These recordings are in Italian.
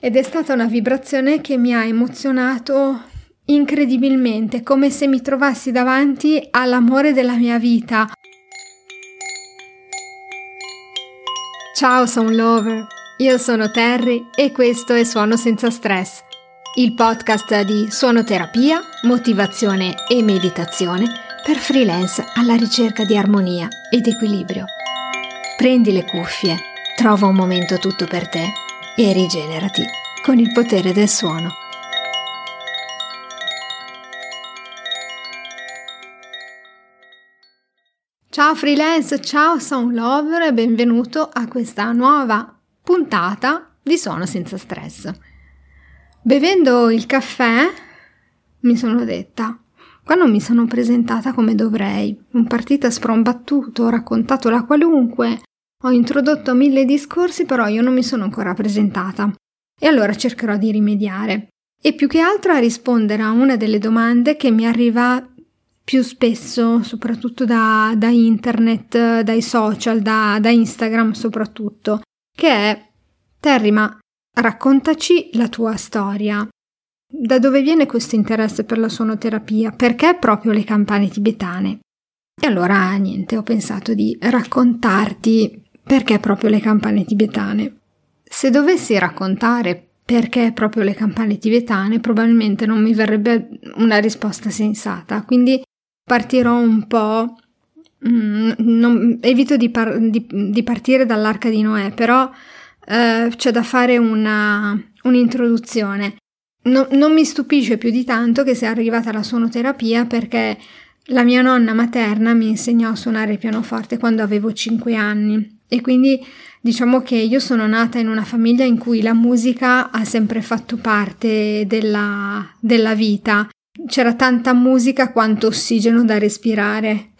ed è stata una vibrazione che mi ha emozionato incredibilmente, come se mi trovassi davanti all'amore della mia vita. Ciao Sound Lover, io sono Terry e questo è Suono Senza Stress, il podcast di suonoterapia, motivazione e meditazione per freelance alla ricerca di armonia ed equilibrio. Prendi le cuffie, trova un momento tutto per te e rigenerati con il potere del suono. Ciao freelance, ciao Sound Lover e benvenuto a questa nuova puntata di Suono Senza Stress. Bevendo il caffè mi sono detta: qua non mi sono presentata come dovrei, un partito sprombattuto, ho raccontato la qualunque, ho introdotto 1000 discorsi, però io non mi sono ancora presentata e allora cercherò di rimediare e più che altro a rispondere a una delle domande che mi arriva più spesso, soprattutto da internet, dai social, da Instagram soprattutto, che è: Terry, ma raccontaci la tua storia. Da dove viene questo interesse per la suonoterapia? Perché proprio le campane tibetane? E allora niente, ho pensato di raccontarti perché proprio le campane tibetane. Se dovessi raccontare perché proprio le campane tibetane, probabilmente non mi verrebbe una risposta sensata, quindi partirò un po', evito di partire dall'Arca di Noè, però c'è da fare un'introduzione. Non mi stupisce più di tanto che sia arrivata la suonoterapia perché la mia nonna materna mi insegnò a suonare il pianoforte quando avevo 5 anni e quindi diciamo che io sono nata in una famiglia in cui la musica ha sempre fatto parte della vita. C'era tanta musica quanto ossigeno da respirare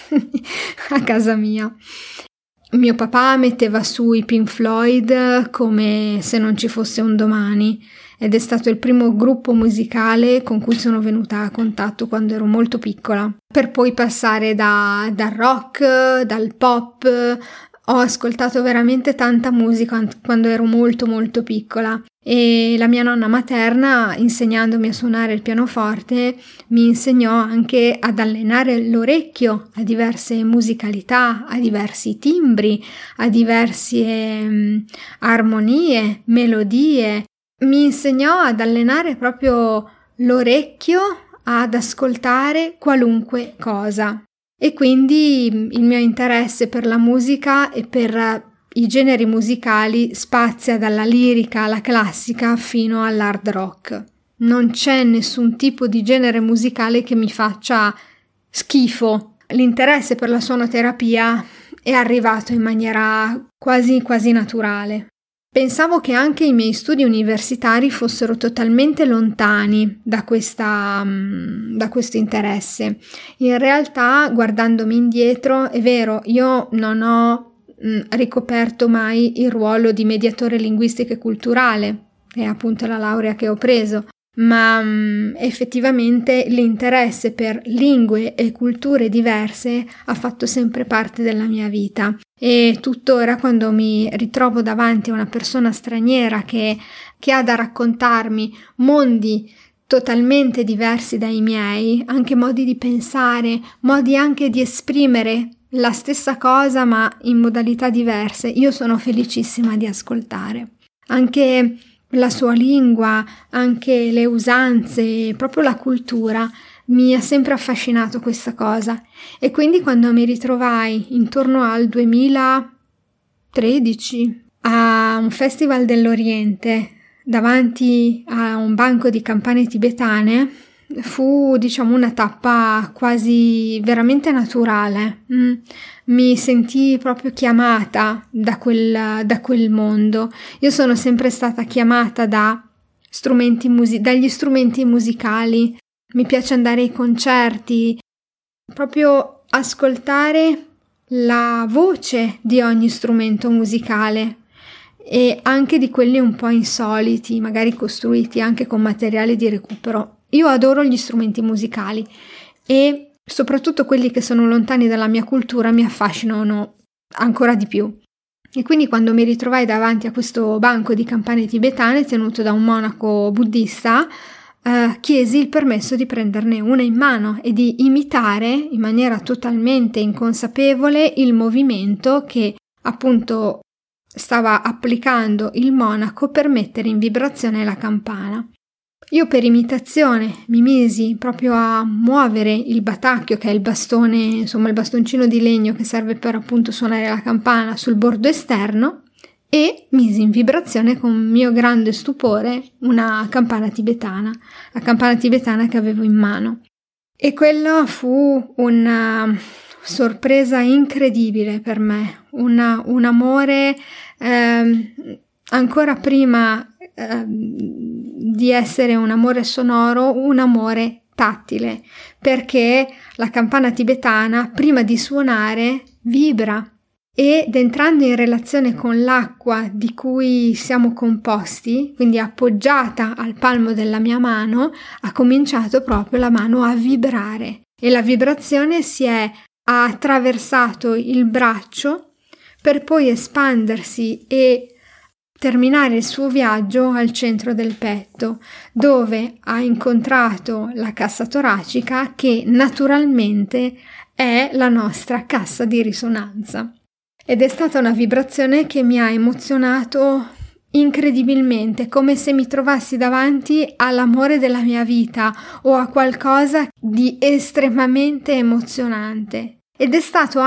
a casa mia. Mio papà metteva su i Pink Floyd come se non ci fosse un domani ed è stato il primo gruppo musicale con cui sono venuta a contatto quando ero molto piccola, per poi passare dal rock, dal pop. Ho ascoltato veramente tanta musica quando ero molto molto piccola e la mia nonna materna, insegnandomi a suonare il pianoforte, mi insegnò anche ad allenare l'orecchio a diverse musicalità, a diversi timbri, a diverse armonie, melodie. Mi insegnò ad allenare proprio l'orecchio ad ascoltare qualunque cosa. E quindi il mio interesse per la musica e per i generi musicali spazia dalla lirica alla classica fino all'hard rock. Non c'è nessun tipo di genere musicale che mi faccia schifo. L'interesse per la suonoterapia è arrivato in maniera quasi naturale. Pensavo che anche i miei studi universitari fossero totalmente lontani da questo interesse. In realtà, guardandomi indietro, è vero, io non ho ricoperto mai il ruolo di mediatore linguistico e culturale, che è appunto la laurea che ho preso, ma effettivamente l'interesse per lingue e culture diverse ha fatto sempre parte della mia vita. E tuttora quando mi ritrovo davanti a una persona straniera che ha da raccontarmi mondi totalmente diversi dai miei, anche modi di pensare, modi anche di esprimere la stessa cosa ma in modalità diverse, io sono felicissima di ascoltare. Anche la sua lingua, anche le usanze, proprio la cultura. Mi ha sempre affascinato questa cosa e quindi quando mi ritrovai intorno al 2013 a un festival dell'Oriente davanti a un banco di campane tibetane, fu una tappa quasi veramente naturale. Mi sentii proprio chiamata da quel mondo. Io sono sempre stata chiamata dagli strumenti musicali. Mi piace andare ai concerti, proprio ascoltare la voce di ogni strumento musicale e anche di quelli un po' insoliti, magari costruiti anche con materiali di recupero. Io adoro gli strumenti musicali e soprattutto quelli che sono lontani dalla mia cultura mi affascinano ancora di più. E quindi quando mi ritrovai davanti a questo banco di campane tibetane tenuto da un monaco buddista, chiesi il permesso di prenderne una in mano e di imitare in maniera totalmente inconsapevole il movimento che appunto stava applicando il monaco per mettere in vibrazione la campana. Io per imitazione mi misi proprio a muovere il batacchio, che è il bastone, insomma il bastoncino di legno che serve per appunto suonare la campana, sul bordo esterno, e misi in vibrazione con mio grande stupore una campana tibetana, la campana tibetana che avevo in mano. E quello fu una sorpresa incredibile per me, un amore ancora prima di essere un amore sonoro, un amore tattile, perché la campana tibetana prima di suonare vibra ed entrando in relazione con l'acqua di cui siamo composti, quindi appoggiata al palmo della mia mano, ha cominciato proprio la mano a vibrare e la vibrazione ha attraversato il braccio per poi espandersi e terminare il suo viaggio al centro del petto, dove ha incontrato la cassa toracica che naturalmente è la nostra cassa di risonanza. Ed è stata una vibrazione che mi ha emozionato incredibilmente, come se mi trovassi davanti all'amore della mia vita o a qualcosa di estremamente emozionante. Ed è stata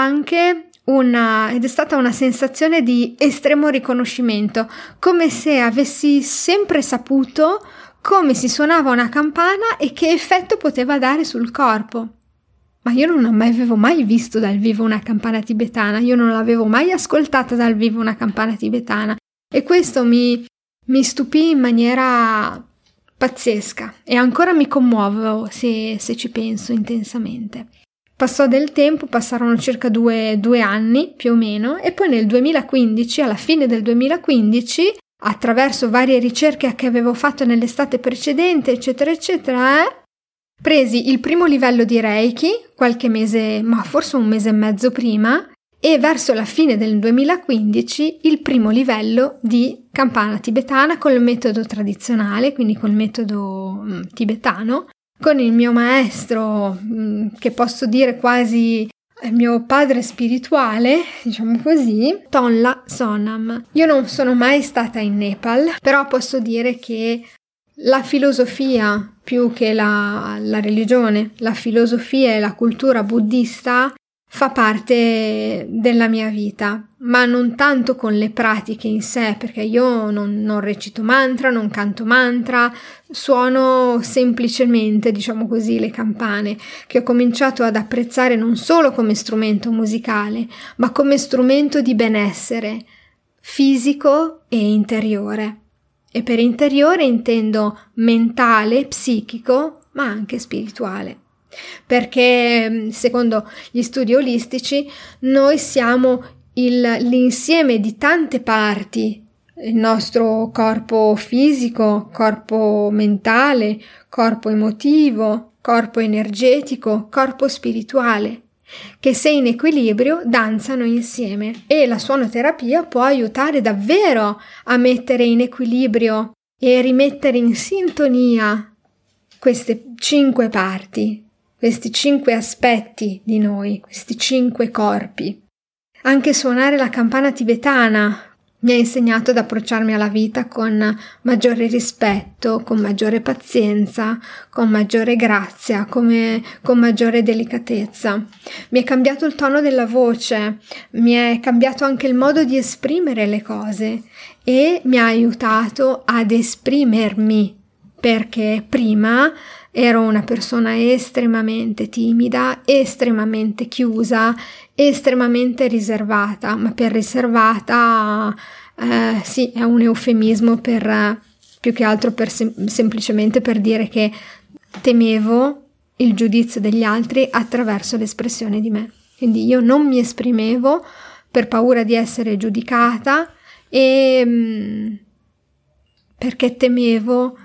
una sensazione di estremo riconoscimento, come se avessi sempre saputo come si suonava una campana e che effetto poteva dare sul corpo. Ma io non avevo mai visto dal vivo una campana tibetana, io non l'avevo mai ascoltata dal vivo una campana tibetana e questo mi stupì in maniera pazzesca e ancora mi commuovo se ci penso intensamente. Passò del tempo, passarono circa due anni più o meno e poi nel 2015, alla fine del 2015, attraverso varie ricerche che avevo fatto nell'estate precedente, eccetera, eccetera, presi il primo livello di Reiki qualche mese, ma forse un mese e mezzo prima, e verso la fine del 2015 il primo livello di campana tibetana col metodo tradizionale, quindi col metodo tibetano, con il mio maestro, che posso dire quasi mio padre spirituale, diciamo così, Tonla Sonam. Io non sono mai stata in Nepal, però posso dire che la filosofia, più che la religione, la filosofia e la cultura buddista fa parte della mia vita, ma non tanto con le pratiche in sé, perché io non recito mantra, non canto mantra, suono semplicemente, diciamo così, le campane, che ho cominciato ad apprezzare non solo come strumento musicale, ma come strumento di benessere fisico e interiore. E per interiore intendo mentale, psichico, ma anche spirituale. Perché secondo gli studi olistici noi siamo l'insieme di tante parti, il nostro corpo fisico, corpo mentale, corpo emotivo, corpo energetico, corpo spirituale, che se in equilibrio danzano insieme e la suonoterapia può aiutare davvero a mettere in equilibrio e rimettere in sintonia queste 5 parti, questi 5 aspetti di noi, questi 5 corpi. Anche suonare la campana tibetana mi ha insegnato ad approcciarmi alla vita con maggiore rispetto, con maggiore pazienza, con maggiore grazia, con maggiore delicatezza. Mi è cambiato il tono della voce, mi è cambiato anche il modo di esprimere le cose e mi ha aiutato ad esprimermi, perché prima ero una persona estremamente timida, estremamente chiusa, estremamente riservata, ma per riservata sì, è un eufemismo per più che altro per semplicemente per dire che temevo il giudizio degli altri attraverso l'espressione di me. Quindi io non mi esprimevo per paura di essere giudicata e perché temevo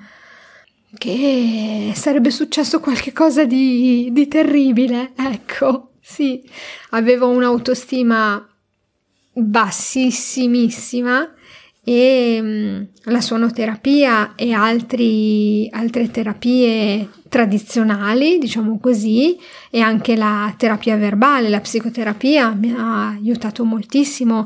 che sarebbe successo qualche cosa di terribile, ecco, sì, avevo un'autostima bassissimissima, e la suonoterapia e altre terapie tradizionali, diciamo così, e anche la terapia verbale, la psicoterapia mi ha aiutato moltissimo,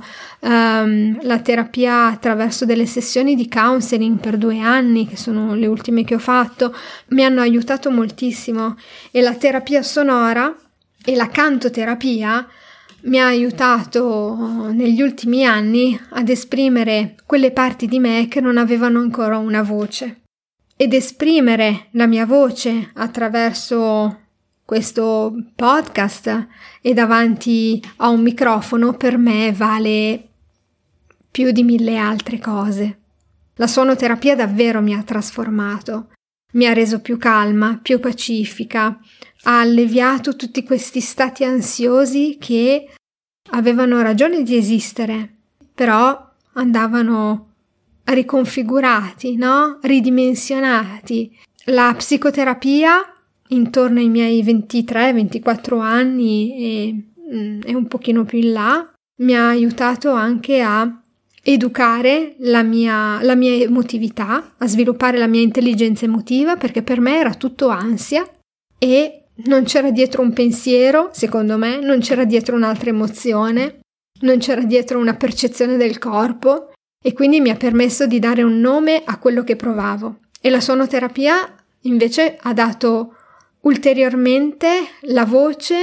la terapia attraverso delle sessioni di counseling per 2 anni, che sono le ultime che ho fatto, mi hanno aiutato moltissimo, e la terapia sonora e la cantoterapia mi ha aiutato negli ultimi anni ad esprimere quelle parti di me che non avevano ancora una voce. Ed esprimere la mia voce attraverso questo podcast e davanti a un microfono per me vale più di 1000 altre cose. La suonoterapia davvero mi ha trasformato, mi ha reso più calma, più pacifica, ha alleviato tutti questi stati ansiosi che avevano ragione di esistere, però andavano riconfigurati, no? Ridimensionati. La psicoterapia intorno ai miei 23-24 anni e un pochino più in là mi ha aiutato anche a educare la mia emotività, a sviluppare la mia intelligenza emotiva, perché per me era tutto ansia e non c'era dietro un pensiero, secondo me, non c'era dietro un'altra emozione, non c'era dietro una percezione del corpo, e quindi mi ha permesso di dare un nome a quello che provavo. E la suonoterapia invece ha dato ulteriormente la voce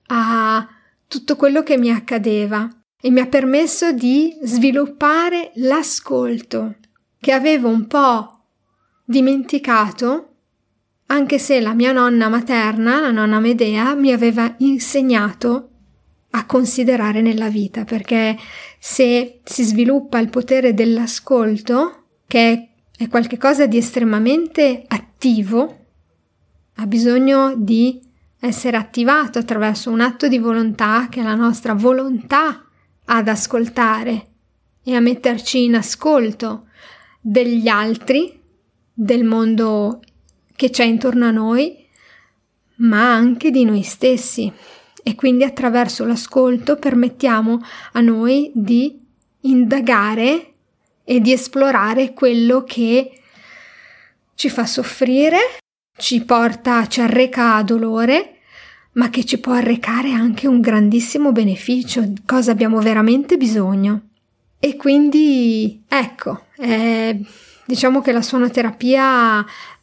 a tutto quello che mi accadeva e mi ha permesso di sviluppare l'ascolto, che avevo un po' dimenticato, anche se la mia nonna materna, la nonna Medea, mi aveva insegnato a considerare nella vita, perché se si sviluppa il potere dell'ascolto, che è qualcosa di estremamente attivo, ha bisogno di essere attivato attraverso un atto di volontà, che è la nostra volontà ad ascoltare e a metterci in ascolto degli altri, del mondo che c'è intorno a noi, ma anche di noi stessi. E quindi attraverso l'ascolto permettiamo a noi di indagare e di esplorare quello che ci fa soffrire, ci arreca dolore, ma che ci può arrecare anche un grandissimo beneficio, di cosa abbiamo veramente bisogno. E quindi ecco, diciamo che la suonoterapia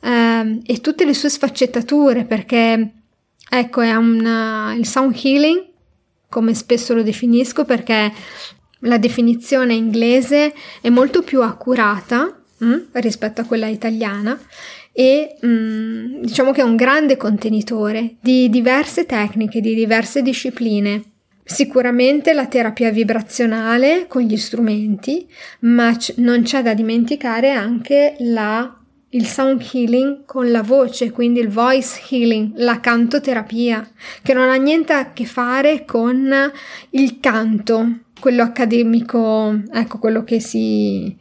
e tutte le sue sfaccettature, perché ecco è il sound healing, come spesso lo definisco, perché la definizione inglese è molto più accurata rispetto a quella italiana, e diciamo che è un grande contenitore di diverse tecniche, di diverse discipline. Sicuramente la terapia vibrazionale con gli strumenti, ma non c'è da dimenticare anche il sound healing con la voce, quindi il voice healing, la cantoterapia, che non ha niente a che fare con il canto, quello accademico, ecco, quello che si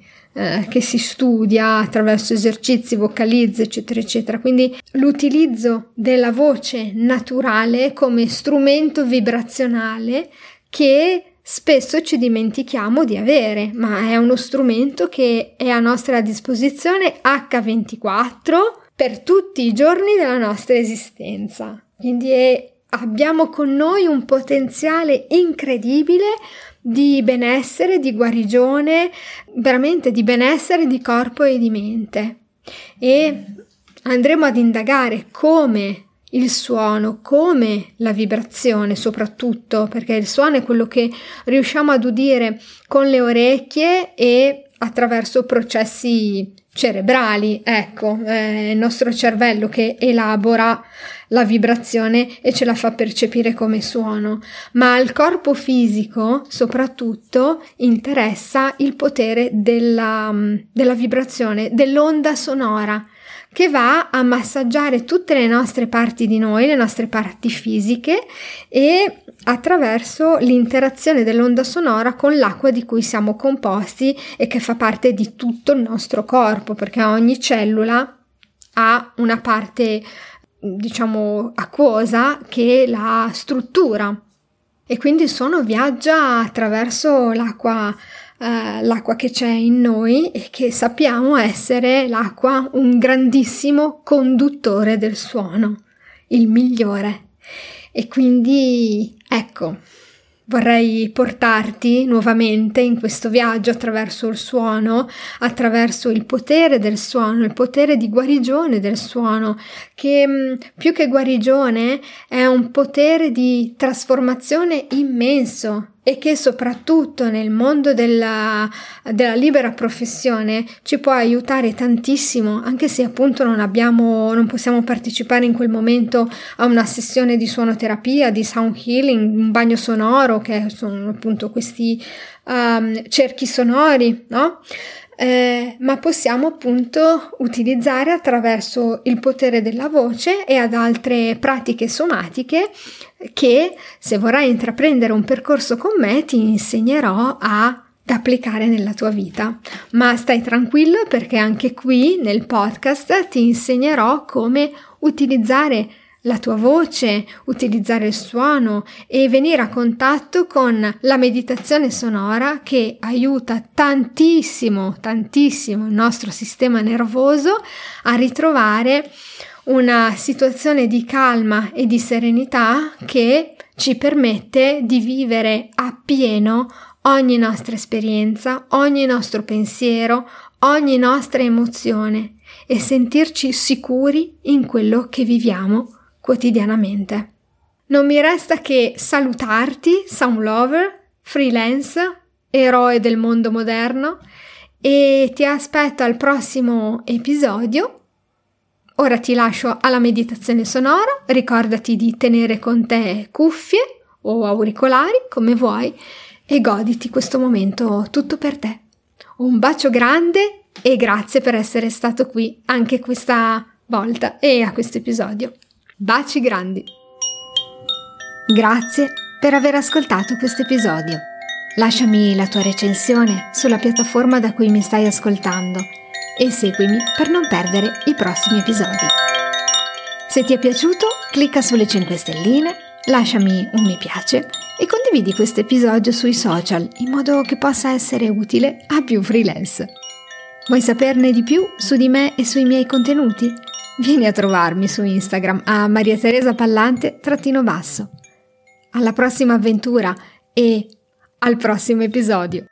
studia attraverso esercizi, vocalizzi, eccetera, eccetera. Quindi l'utilizzo della voce naturale come strumento vibrazionale che spesso ci dimentichiamo di avere, ma è uno strumento che è a nostra disposizione H24 per tutti i giorni della nostra esistenza. Quindi abbiamo con noi un potenziale incredibile di benessere, di guarigione, veramente di benessere di corpo e di mente. E andremo ad indagare come il suono, come la vibrazione soprattutto, perché il suono è quello che riusciamo ad udire con le orecchie e attraverso processi cerebrali, ecco, è il nostro cervello che elabora la vibrazione e ce la fa percepire come suono, ma al corpo fisico soprattutto interessa il potere della vibrazione, dell'onda sonora, che va a massaggiare tutte le nostre parti di noi, le nostre parti fisiche, e attraverso l'interazione dell'onda sonora con l'acqua di cui siamo composti e che fa parte di tutto il nostro corpo, perché ogni cellula ha una parte, diciamo, acquosa che la struttura. e quindi il suono viaggia attraverso l'acqua che c'è in noi e che sappiamo essere l'acqua un grandissimo conduttore del suono, il migliore. E quindi ecco, vorrei portarti nuovamente in questo viaggio attraverso il suono, attraverso il potere del suono, il potere di guarigione del suono, che più che guarigione è un potere di trasformazione immenso e che soprattutto nel mondo della libera professione ci può aiutare tantissimo, anche se appunto non possiamo partecipare in quel momento a una sessione di suonoterapia, di sound healing, un bagno sonoro, che sono appunto questi cerchi sonori, no? Ma possiamo appunto utilizzare attraverso il potere della voce e ad altre pratiche somatiche che, se vorrai intraprendere un percorso con me, ti insegnerò ad applicare nella tua vita. Ma stai tranquillo, perché anche qui nel podcast ti insegnerò come utilizzare la tua voce, utilizzare il suono e venire a contatto con la meditazione sonora, che aiuta tantissimo il nostro sistema nervoso a ritrovare una situazione di calma e di serenità che ci permette di vivere appieno ogni nostra esperienza, ogni nostro pensiero, ogni nostra emozione e sentirci sicuri in quello che viviamo quotidianamente. Non mi resta che salutarti, sound lover, freelance, eroe del mondo moderno, e ti aspetto al prossimo episodio. Ora ti lascio alla meditazione sonora, ricordati di tenere con te cuffie o auricolari, come vuoi, e goditi questo momento tutto per te. Un bacio grande e grazie per essere stato qui anche questa volta e a questo episodio. Baci grandi! Grazie per aver ascoltato questo episodio. Lasciami la tua recensione sulla piattaforma da cui mi stai ascoltando e seguimi per non perdere i prossimi episodi. Se ti è piaciuto, clicca sulle 5 stelline, lasciami un mi piace e condividi questo episodio sui social in modo che possa essere utile a più freelance. Vuoi saperne di più su di me e sui miei contenuti? Vieni a trovarmi su Instagram a mariateresapallante_. Alla prossima avventura e al prossimo episodio!